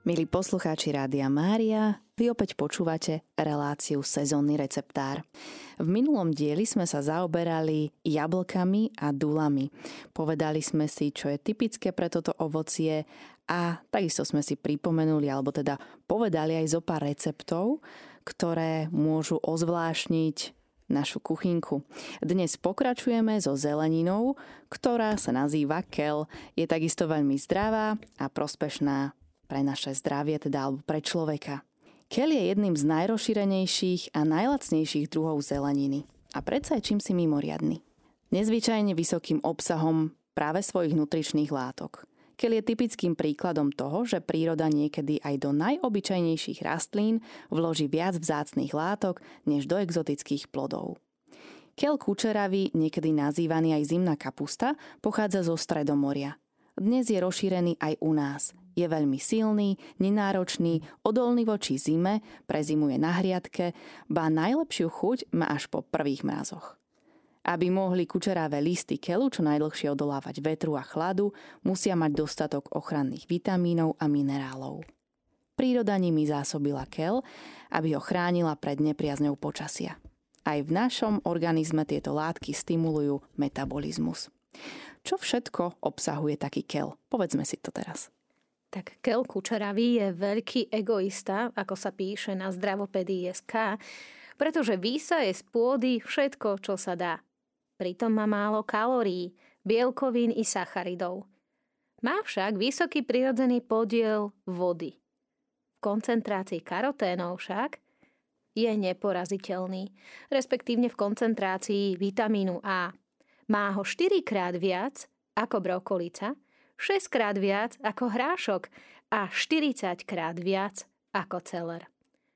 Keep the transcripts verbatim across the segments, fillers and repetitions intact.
Milí poslucháči Rádia Mária, vy opäť počúvate reláciu Sezónny receptár. V minulom dieli sme sa zaoberali jablkami a dulami. Povedali sme si, čo je typické pre toto ovocie a takisto sme si pripomenuli, alebo teda povedali aj zo pár receptov, ktoré môžu ozvláštniť našu kuchynku. Dnes pokračujeme so zeleninou, ktorá sa nazýva kel. Je takisto veľmi zdravá a prospešná pre naše zdravie, teda alebo pre človeka. Kel je jedným z najrozšírenejších a najlacnejších druhov zeleniny. A predsa je čímsi mimoriadny. Nezvyčajne vysokým obsahom práve svojich nutričných látok. Kel je typickým príkladom toho, že príroda niekedy aj do najobyčajnejších rastlín vloží viac vzácnych látok než do exotických plodov. Kel kučeravý, niekedy nazývaný aj zimná kapusta, pochádza zo Stredomoria. Dnes je rozšírený aj u nás. Je veľmi silný, nenáročný, odolný voči zime, prezimuje na hriadke, ba najlepšiu chuť má až po prvých mrazoch. Aby mohli kučeravé listy kelu čo najdlhšie odolávať vetru a chladu, musia mať dostatok ochranných vitamínov a minerálov. Príroda nimi zásobila kel, aby ho chránila pred nepriazňou počasia. Aj v našom organizme tieto látky stimulujú metabolizmus. Čo všetko obsahuje taký kel? Povedzme si to teraz. Tak kel kučeravý je veľký egoista, ako sa píše na zdravopedii bodka es ká, pretože vysaje z pôdy všetko, čo sa dá. Pritom má málo kalórií, bielkovín i sacharidov. Má však vysoký prirodzený podiel vody. V koncentrácii karoténov však je neporaziteľný, respektívne v koncentrácii vitamínu A. Má ho štyrikrát viac ako brokolica, šesťkrát viac ako hrášok a štyridsaťkrát viac ako celer.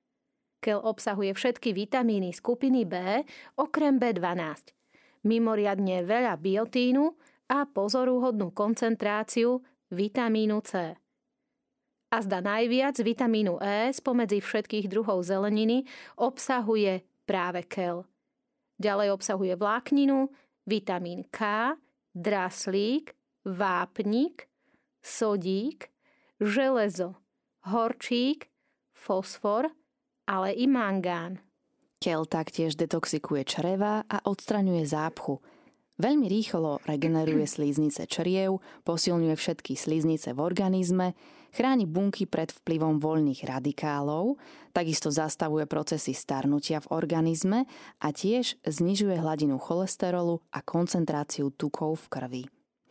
Kel obsahuje všetky vitamíny skupiny B okrem bé dvanásť, mimoriadne veľa biotínu a pozoruhodnú koncentráciu vitamínu C. A zda najviac vitamínu E spomedzi všetkých druhov zeleniny obsahuje práve kel. Ďalej obsahuje vlákninu, vitamín K, draslík, vápnik, sodík, železo, horčík, fosfor, ale i mangán. Kel taktiež detoxikuje čreva a odstraňuje zápchu. Veľmi rýchlo regeneruje slíznice čriev, posilňuje všetky slíznice v organizme, chráni bunky pred vplyvom voľných radikálov, takisto zastavuje procesy starnutia v organizme a tiež znižuje hladinu cholesterolu a koncentráciu tukov v krvi.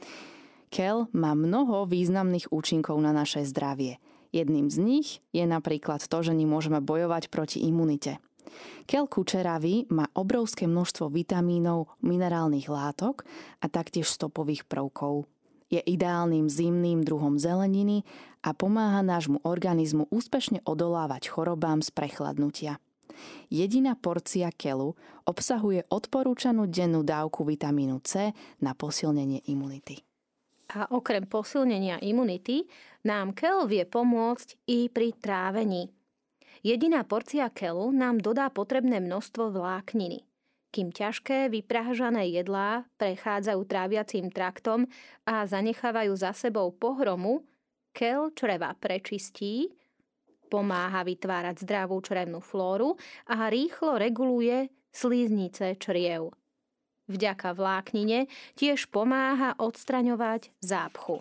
Kel má mnoho významných účinkov na naše zdravie. Jedným z nich je napríklad to, že ním môžeme bojovať proti imunite. Kel kučeravý má obrovské množstvo vitamínov, minerálnych látok a taktiež stopových prvkov. Je ideálnym zimným druhom zeleniny a pomáha nášmu organizmu úspešne odolávať chorobám z prechladnutia. Jediná porcia kelu obsahuje odporúčanú dennú dávku vitamínu C na posilnenie imunity. A okrem posilnenia imunity nám kel vie pomôcť i pri trávení. Jediná porcia kelu nám dodá potrebné množstvo vlákniny. Kým ťažké vypražané jedlá prechádzajú tráviacím traktom a zanechávajú za sebou pohromu, kel čreva prečistí, pomáha vytvárať zdravú črevnú flóru a rýchlo reguluje slíznice čriev. Vďaka vláknine tiež pomáha odstraňovať zápchu.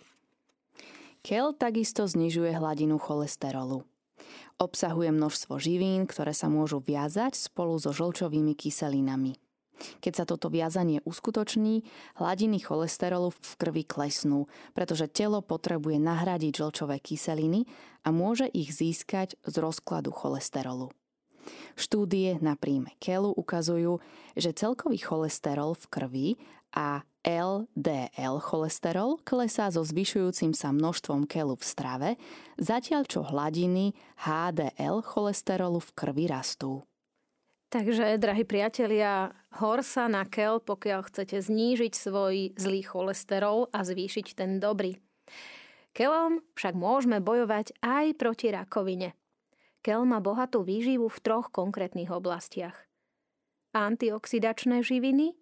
Kel takisto znižuje hladinu cholesterolu. Obsahuje množstvo živín, ktoré sa môžu viazať spolu so žlčovými kyselinami. Keď sa toto viazanie uskutoční, hladiny cholesterolu v krvi klesnú, pretože telo potrebuje nahradiť žlčové kyseliny a môže ich získať z rozkladu cholesterolu. Štúdie na príjme kelu ukazujú, že celkový cholesterol v krvi a el dé el cholesterol klesá so zvyšujúcim sa množstvom kelu v strave, zatiaľ čo hladiny há dé el cholesterolu v krvi rastú. Takže, drahí priatelia, hor sa na kel, pokiaľ chcete znížiť svoj zlý cholesterol a zvýšiť ten dobrý. Kelom však môžeme bojovať aj proti rakovine. Kel má bohatú výživu v troch konkrétnych oblastiach. Antioxidačné živiny,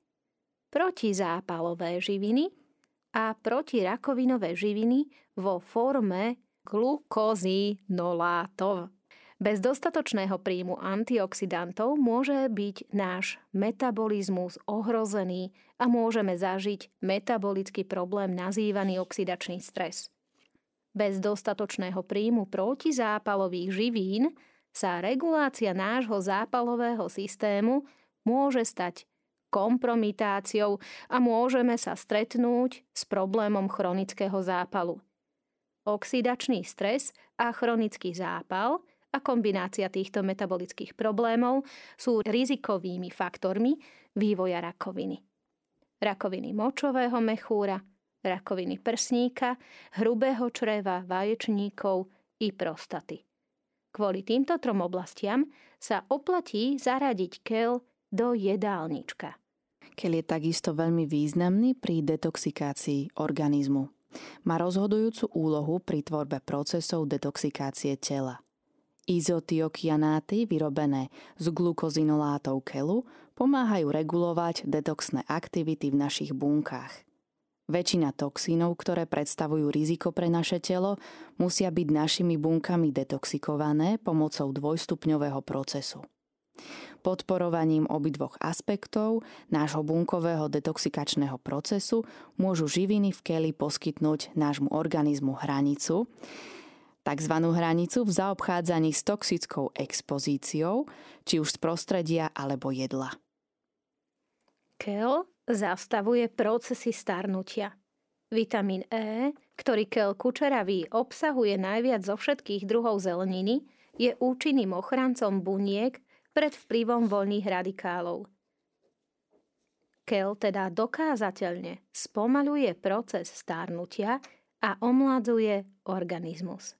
protizápalové živiny a protirakovinové živiny vo forme glukozinolátov. Bez dostatočného príjmu antioxidantov môže byť náš metabolizmus ohrozený a môžeme zažiť metabolický problém nazývaný oxidačný stres. Bez dostatočného príjmu protizápalových živín sa regulácia nášho zápalového systému môže stať kompromitáciou a môžeme sa stretnúť s problémom chronického zápalu. Oxidačný stres a chronický zápal a kombinácia týchto metabolických problémov sú rizikovými faktormi vývoja rakoviny. Rakoviny močového mechúra, rakoviny prsníka, hrubého čreva, vaječníkov i prostaty. Kvôli týmto trom oblastiam sa oplatí zaradiť keľ do jedálnička. Keľ je takisto veľmi významný pri detoxikácii organizmu. Má rozhodujúcu úlohu pri tvorbe procesov detoxikácie tela. Izotiokianáty vyrobené z glukozinolátov keľu pomáhajú regulovať detoxné aktivity v našich bunkách. Väčšina toxínov, ktoré predstavujú riziko pre naše telo, musia byť našimi bunkami detoxikované pomocou dvojstupňového procesu. Podporovaním obidvoch aspektov nášho bunkového detoxikačného procesu môžu živiny v keli poskytnúť nášmu organizmu hranicu, takzvanú hranicu v zaobchádzaní s toxickou expozíciou, či už z prostredia alebo jedla. Keľ zastavuje procesy starnutia. Vitamín E, ktorý keľ kučeravý obsahuje najviac zo všetkých druhov zeleniny, je účinným ochrancom buniek pred vplyvom voľných radikálov. Keľ teda dokázateľne spomaľuje proces starnutia a omladzuje organizmus.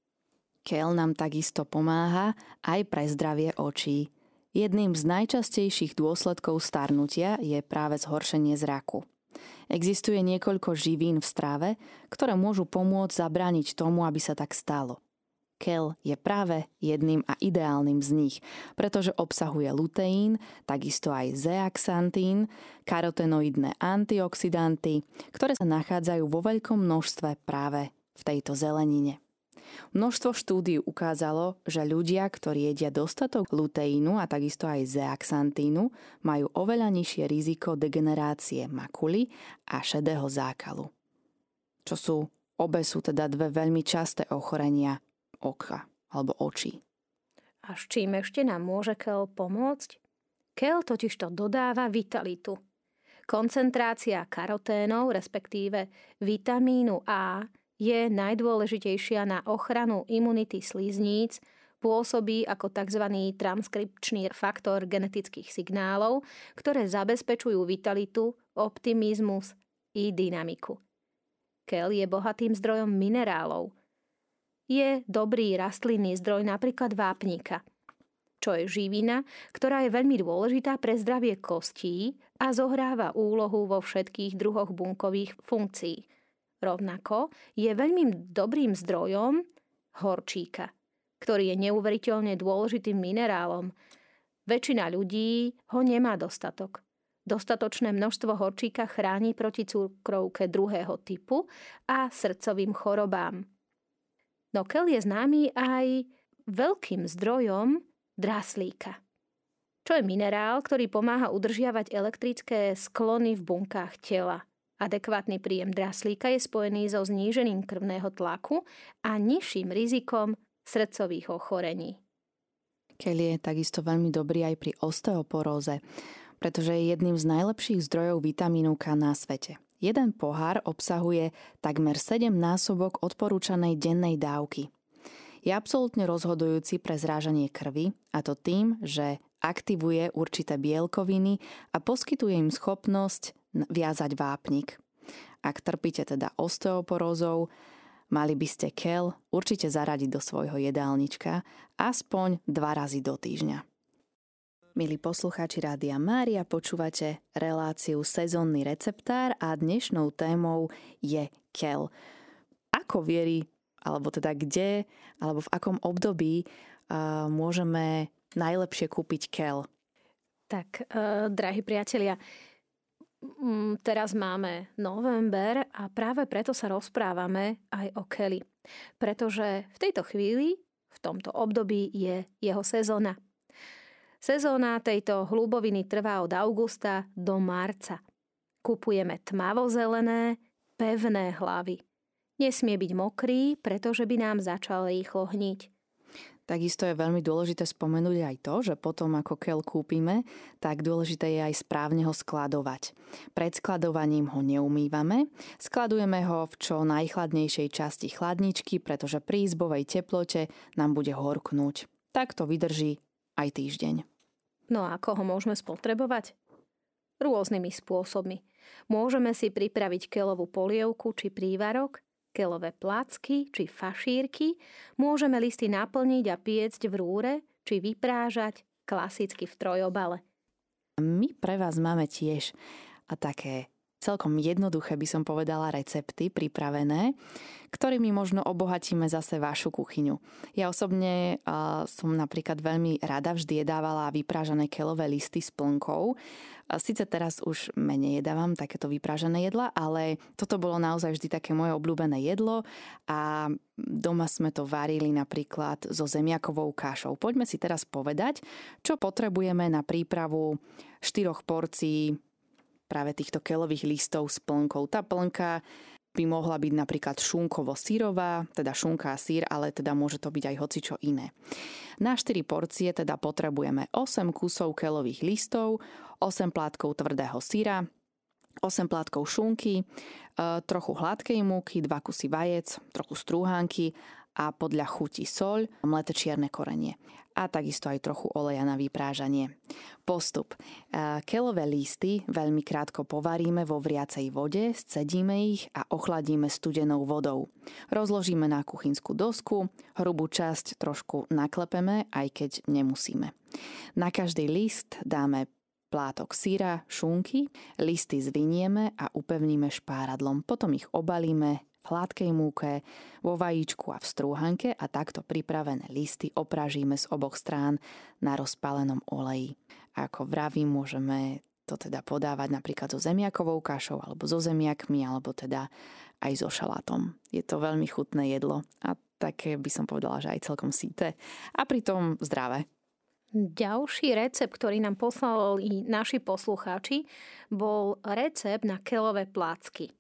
Keľ nám takisto pomáha aj pre zdravie očí. Jedným z najčastejších dôsledkov starnutia je práve zhoršenie zraku. Existuje niekoľko živín v strave, ktoré môžu pomôcť zabrániť tomu, aby sa tak stalo. Keľ je práve jedným a ideálnym z nich, pretože obsahuje luteín, takisto aj zeaxantín, karotenoidné antioxidanty, ktoré sa nachádzajú vo veľkom množstve práve v tejto zelenine. Množstvo štúdií ukázalo, že ľudia, ktorí jedia dostatok luteínu a takisto aj zeaxantínu, majú oveľa nižšie riziko degenerácie makuly a šedého zákalu. Čo sú, obe sú teda dve veľmi časté ochorenia oka alebo očí. A s čím ešte nám môže keľ pomôcť? Keľ totižto dodáva vitalitu. Koncentrácia karoténov, respektíve vitamínu A, je najdôležitejšia na ochranu imunity slizníc, pôsobí ako tzv. Transkripčný faktor genetických signálov, ktoré zabezpečujú vitalitu, optimizmus i dynamiku. Keľ je bohatým zdrojom minerálov. Je dobrý rastlinný zdroj napríklad vápnika, čo je živina, ktorá je veľmi dôležitá pre zdravie kostí a zohráva úlohu vo všetkých druhoch bunkových funkcií. Rovnako je veľmi dobrým zdrojom horčíka, ktorý je neuveriteľne dôležitým minerálom. Väčšina ľudí ho nemá dostatok. Dostatočné množstvo horčíka chráni proti cukrovke druhého typu a srdcovým chorobám. No keľ je známy aj veľkým zdrojom draslíka, čo je minerál, ktorý pomáha udržiavať elektrické sklony v bunkách tela. Adekvátny príjem draslíka je spojený so znížením krvného tlaku a nižším rizikom srdcových ochorení. Keľ je takisto veľmi dobrý aj pri osteoporóze, pretože je jedným z najlepších zdrojov vitamínu K na svete. Jeden pohár obsahuje takmer sedem násobok odporúčanej dennej dávky. Je absolútne rozhodujúci pre zrážanie krvi, a to tým, že aktivuje určité bielkoviny a poskytuje im schopnosť viazať vápnik. Ak trpíte teda osteoporózou, mali by ste keľ určite zaradiť do svojho jedálnička aspoň dva razy do týždňa. Milí poslucháči Rádia Mária, počúvate reláciu Sezónny receptár a dnešnou témou je keľ. Ako vierí, alebo teda kde, alebo v akom období uh, môžeme najlepšie kúpiť keľ? Tak, uh, drahí priatelia, Mm, Teraz máme november a práve preto sa rozprávame aj o keli. Pretože v tejto chvíli, v tomto období je jeho sezóna. Sezóna tejto hlúboviny trvá od augusta do marca. Kupujeme tmavozelené, pevné hlavy. Nesmie byť mokrý, pretože by nám začal rýchlo hniť. Takisto je veľmi dôležité spomenúť aj to, že potom ako keľ kúpime, tak dôležité je aj správne ho skladovať. Pred skladovaním ho neumývame, skladujeme ho v čo najchladnejšej časti chladničky, pretože pri izbovej teplote nám bude horknúť. Tak to vydrží aj týždeň. No a ako ho môžeme spotrebovať? Rôznymi spôsobmi. Môžeme si pripraviť keľovú polievku či prívarok, keľové placky či fašírky, môžeme listy naplniť a piecť v rúre či vyprážať klasicky v trojobale. My pre vás máme tiež a také celkom jednoduché, by som povedala, recepty pripravené, ktorými možno obohatíme zase vašu kuchyňu. Ja osobne uh, som napríklad veľmi rada vždy jedávala vyprážané keľové listy s plnkou. Sice teraz už menej jedávam takéto vyprážané jedla, ale toto bolo naozaj vždy také moje obľúbené jedlo a doma sme to varili napríklad so zemiakovou kašou. Poďme si teraz povedať, čo potrebujeme na prípravu štyroch porcií práve týchto keľových listov s plnkou. Tá plnka by mohla byť napríklad šunkovo-sírová, teda šunka a sír, ale teda môže to byť aj hocičo iné. Na štyri porcie teda potrebujeme osem kusov keľových listov, osem plátkov tvrdého syra, osem plátkov šunky, trochu hladkej múky, dva kusy vajec, trochu strúhanky a podľa chuti soľ, mleté čierne korenie a takisto aj trochu oleja na vyprážanie. Postup. Keľové listy veľmi krátko povaríme vo vriacej vode, scedíme ich a ochladíme studenou vodou. Rozložíme na kuchynskú dosku, hrubú časť trošku naklepeme, aj keď nemusíme. Na každý list dáme plátok syra, šunky, listy zvinieme a upevníme špáradlom. Potom ich obalíme v hladkej múke, vo vajíčku a v strúhanke a takto pripravené listy opražíme z oboch strán na rozpálenom oleji. A ako vravím, môžeme to teda podávať napríklad so zemiakovou kašou alebo so zemiakmi, alebo teda aj so šalátom. Je to veľmi chutné jedlo a také by som povedala, že aj celkom syté a pritom zdravé. Ďalší recept, ktorý nám poslali naši poslucháči, bol recept na keľové placky.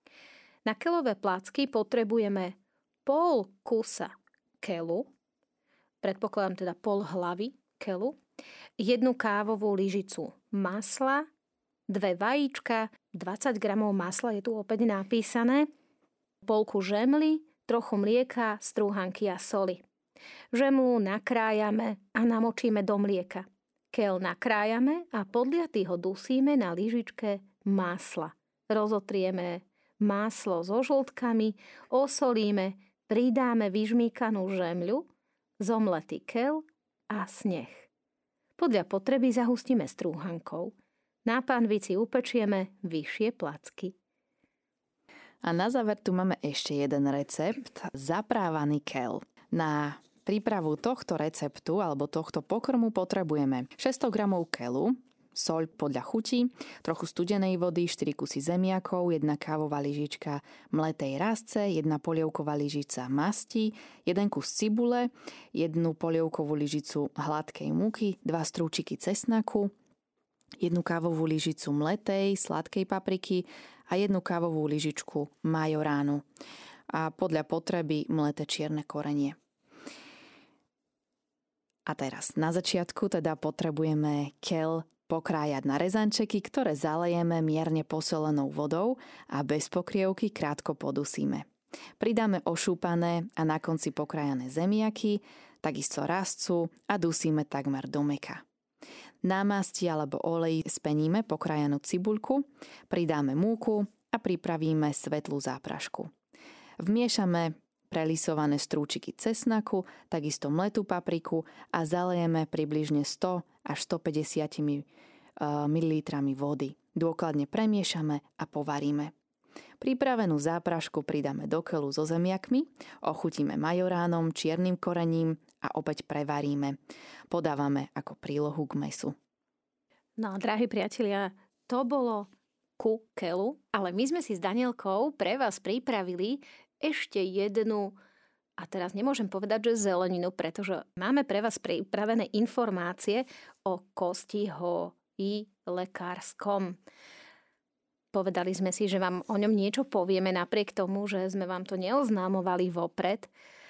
Na keľové placky potrebujeme pol kusa keľu, predpokladám teda pol hlavy keľu, jednu kávovú lyžicu masla, dve vajíčka, dvadsať gramov masla, je tu opäť napísané, polku žemly, trochu mlieka, strúhanky a soli. Žemlu nakrájame a namočíme do mlieka. Keľ nakrájame a podliaty ho dusíme na lyžičke masla. Rozotrieme maslo so žltkami, osolíme, pridáme vyžmýkanú žemľu, zomletý keľ a sneh. Podľa potreby zahustíme strúhankou. Na panvici upečieme vyššie placky. A na záver tu máme ešte jeden recept, zaprávaný keľ. Na prípravu tohto receptu alebo tohto pokrmu potrebujeme šesťsto gramov keľu, soľ podľa chuti, trochu studenej vody, štyri kusy zemiakov, jedna kávová lyžička mletej rastce, jedna polievková lyžica masti, jeden kus cibule, jednu polievkovú lyžicu hladkej múky, dva strúčiky cesnaku, jednu kávovú lyžicu mletej, sladkej papriky a jednu kávovú lyžičku majoránu. A podľa potreby mleté čierne korenie. A teraz na začiatku teda potrebujeme keľ pokrájať na rezančeky, ktoré zalejeme mierne posolenou vodou a bez pokrievky krátko podusíme. Pridáme ošúpané a na konci pokrájané zemiaky, takisto rastcu a dusíme takmer do mäka. Na masti alebo oleji speníme pokrájanú cibuľku, pridáme múku a pripravíme svetlú záprašku. Vmiešame prelisované strúčiky cesnaku, takisto mletú papriku a zalejeme približne sto až stopäťdesiat mililitrov vody. Dôkladne premiešame a povaríme. Pripravenú záprašku pridáme do keľu so zemiakmi, ochutíme majoránom, čiernym korením a opäť prevaríme. Podávame ako prílohu k mäsu. No, drahí priatelia, to bolo ku keľu. Ale my sme si s Danielkou pre vás pripravili ešte jednu, a teraz nemôžem povedať, že zeleninu, pretože máme pre vás pripravené informácie o kostihoji lekárskom. Povedali sme si, že vám o ňom niečo povieme, napriek tomu, že sme vám to neoznámovali vopred.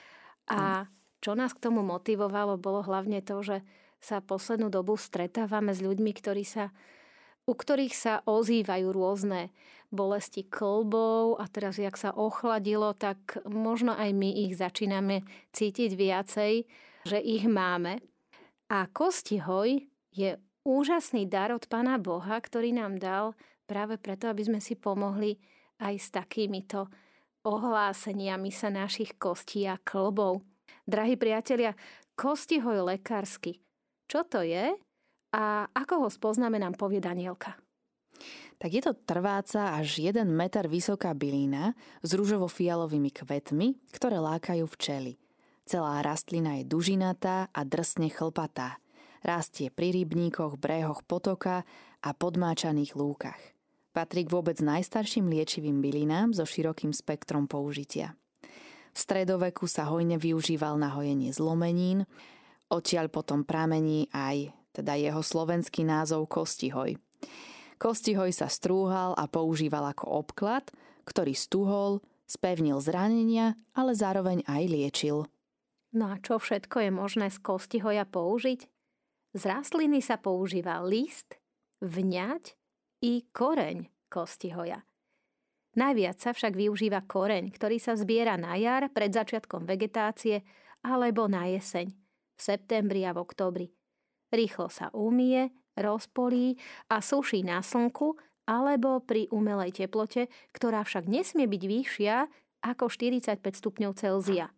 A čo nás k tomu motivovalo, bolo hlavne to, že sa poslednú dobu stretávame s ľuďmi, ktorí sa, u ktorých sa ozývajú rôzne bolesti kĺbov a teraz, jak sa ochladilo, tak možno aj my ich začíname cítiť viacej, že ich máme. A kostihoj je úžasný dar od Pána Boha, ktorý nám dal práve preto, aby sme si pomohli aj s takýmito ohláseniami sa našich kostí a kĺbov. Drahí priatelia, kostihoj lekársky. Čo to je a ako ho spoznáme, nám povie Danielka. Tak je to trváca až jeden meter vysoká bylina s ružovo-fialovými kvetmi, ktoré lákajú včely. Celá rastlina je dužinatá a drsne chlpatá. Rastie pri rybníkoch, brehoch potoka a podmáčaných lúkach. Patrí k vôbec najstarším liečivým bylinám so širokým spektrom použitia. V stredoveku sa hojne využíval na hojenie zlomenín, odtiaľ potom pramení aj teda jeho slovenský názov kostihoj. Kostihoj sa strúhal a používal ako obklad, ktorý stuhol, spevnil zranenia, ale zároveň aj liečil. No a čo všetko je možné z kostihoja použiť? Z rastliny sa používa list, vňať i koreň kostihoja. Najviac sa však využíva koreň, ktorý sa zbiera na jar pred začiatkom vegetácie alebo na jeseň, v septembri a v októbri. Rýchlo sa umie, rozpolí a suší na slnku alebo pri umelej teplote, ktorá však nesmie byť vyššia ako štyridsaťpäť stupňov Celzia.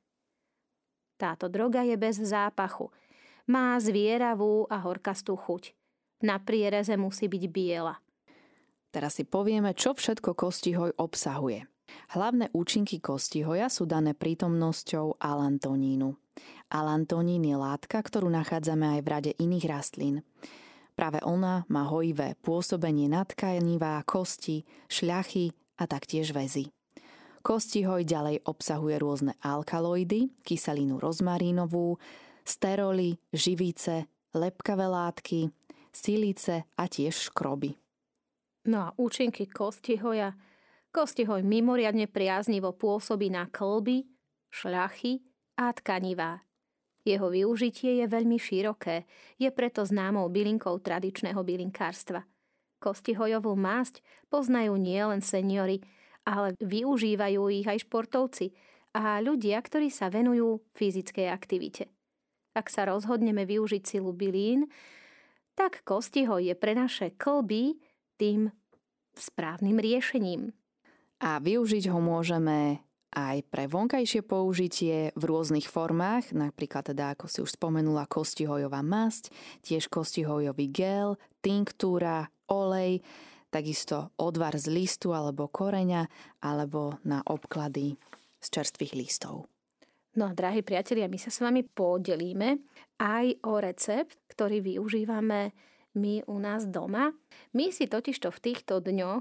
Táto droga je bez zápachu. Má zvieravú a horkastú chuť. Na priereze musí byť biela. Teraz si povieme, čo všetko kostihoj obsahuje. Hlavné účinky kostihoja sú dané prítomnosťou alantonínu. Alantonín je látka, ktorú nachádzame aj v rade iných rastlín. Práve ona má hojivé pôsobenie na tkanivá, kosti, šľachy a taktiež väzy. Kostihoj ďalej obsahuje rôzne alkaloidy, kyselinu rozmarínovú, steroly, živice, lepkavé látky, silice a tiež škroby. No a účinky kostihoja. Kostihoj mimoriadne priaznivo pôsobí na kĺby, šľachy a tkanivá. Jeho využitie je veľmi široké, je preto známou bylinkou tradičného bylinkárstva. Kostihojovú masť poznajú nielen seniori, ale využívajú ich aj športovci a ľudia, ktorí sa venujú fyzickej aktivite. Ak sa rozhodneme využiť silu bylín, tak kostihoj je pre naše kĺby tým správnym riešením. A využiť ho môžeme aj pre vonkajšie použitie v rôznych formách, napríklad teda, ako si už spomenula, kostihojová masť, tiež kostihojový gel, tinktúra, olej, takisto odvar z listu alebo koreňa, alebo na obklady z čerstvých listov. No a drahí priatelia, my sa s vami podelíme aj o recept, ktorý využívame my u nás doma. My si totižto v týchto dňoch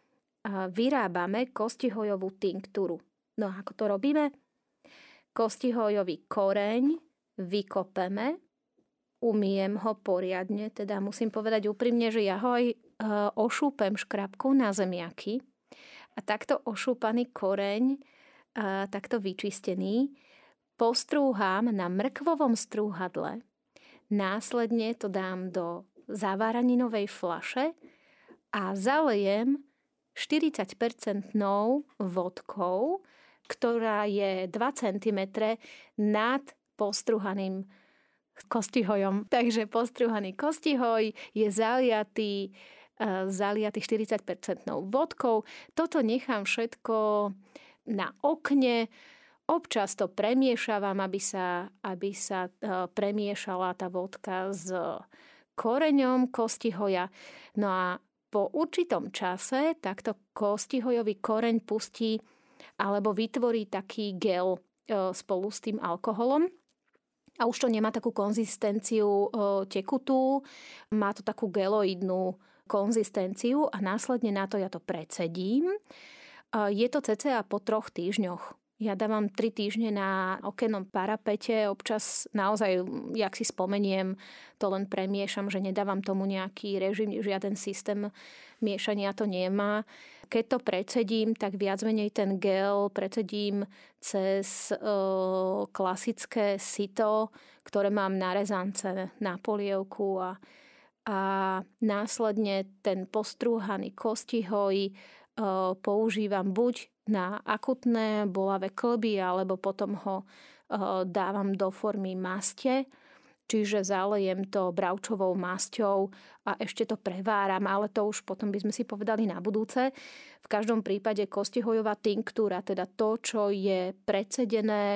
vyrábame kostihojovú tinktúru. No a ako to robíme? Kostihojový koreň vykopeme, umyjem ho poriadne, teda musím povedať úprimne, že ja ho aj ošúpem škrabkou na zemiaky a takto ošúpaný koreň, takto vyčistený, postrúham na mrkvovom strúhadle, následne to dám do zaváraninovej fľaše a zalejem štyridsať percent vodkou, ktorá je dva centimetre nad postruhaným kostihojom. Takže postruhaný kostihoj je zaliatý, uh, zaliatý štyridsať percent vodkou. Toto nechám všetko na okne. Občas to premiešavam, aby sa, aby sa uh, premiešala tá vodka s koreňom kostihoja. No a po určitom čase takto kostihojový koreň pustí alebo vytvorí taký gel uh, spolu s tým alkoholom. A už to nemá takú konzistenciu uh, tekutú, má to takú geloidnú konzistenciu a následne na to ja to precedím. Je to cca po troch týždňoch. Ja dávam tri týždne na okennom parapete, občas naozaj, jak si spomeniem, to len premiešam, že nedávam tomu nejaký režim, žiaden systém miešania to nemá. Keď to precedím, tak viac menej ten gel precedím cez e, klasické sito, ktoré mám narezance na polievku a, a následne ten postrúhaný kostihoj e, používam buď na akutné bolavé kĺby, alebo potom ho e, dávam do formy maste, čiže zalejem to bravčovou masťou a ešte to preváram, ale to už potom by sme si povedali na budúce. V každom prípade kostihojová tinktúra, teda to, čo je precedené, e,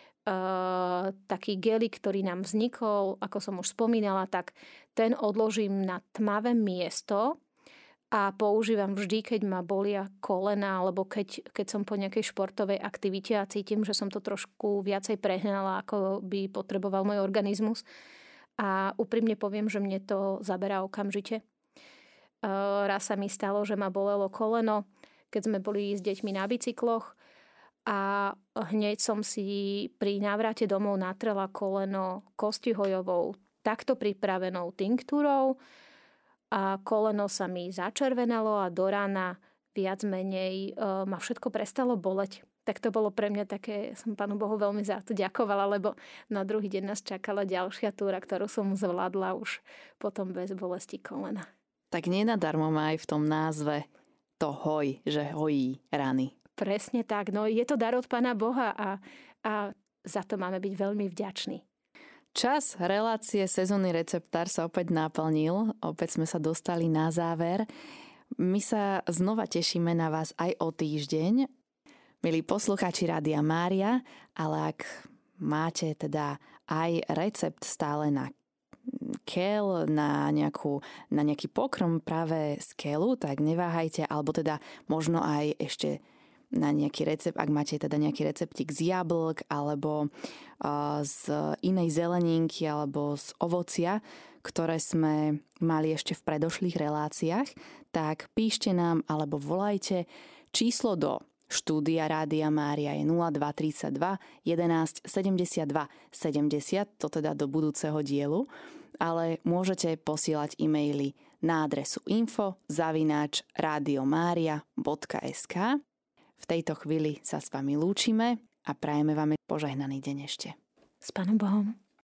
taký gelik, ktorý nám vznikol, ako som už spomínala, tak ten odložím na tmavé miesto a používam vždy, keď ma bolia kolena, alebo keď, keď som po nejakej športovej aktivite a cítim, že som to trošku viacej prehnala, ako by potreboval môj organizmus. A úprimne poviem, že mne to zaberá okamžite. Raz sa mi stalo, že ma bolelo koleno, keď sme boli s deťmi na bicykloch a hneď som si pri návrate domov natrela koleno kostihojovou, takto pripravenou tinktúrou, a koleno sa mi začervenalo a do rána viac menej e, ma všetko prestalo boleť. Tak to bolo pre mňa také, som Pánu Bohu veľmi za to ďakovala, lebo na druhý deň nás čakala ďalšia túra, ktorú som zvládla už potom bez bolesti kolena. Tak nenadarmo má aj v tom názve to hoj, že hojí rany. Presne tak, no je to dar od Pána Boha a, a za to máme byť veľmi vďační. Čas relácie Sezónny receptár sa opäť naplnil, opäť sme sa dostali na záver. My sa znova tešíme na vás aj o týždeň. Milí poslucháči Rádia Mária, ale ak máte teda aj recept stále na keľ, na, nejakú, na nejaký pokrm práve z keľu, tak neváhajte, alebo teda možno aj ešte na nejaký recept, ak máte teda nejaký receptík z jablk alebo uh, z inej zeleninky alebo z ovocia, ktoré sme mali ešte v predošlých reláciách, tak píšte nám alebo volajte. Číslo do štúdia Rádia Mária je nula dva tridsaťdva jedenásť sedemdesiatdva sedemdesiat, to teda do budúceho dielu, ale môžete posielať e-maily na adresu info zavináč radiomaria bodka es ká. V tejto chvíli sa s vami lúčime a prajeme vám požehnaný deň ešte. S Pánom Bohom.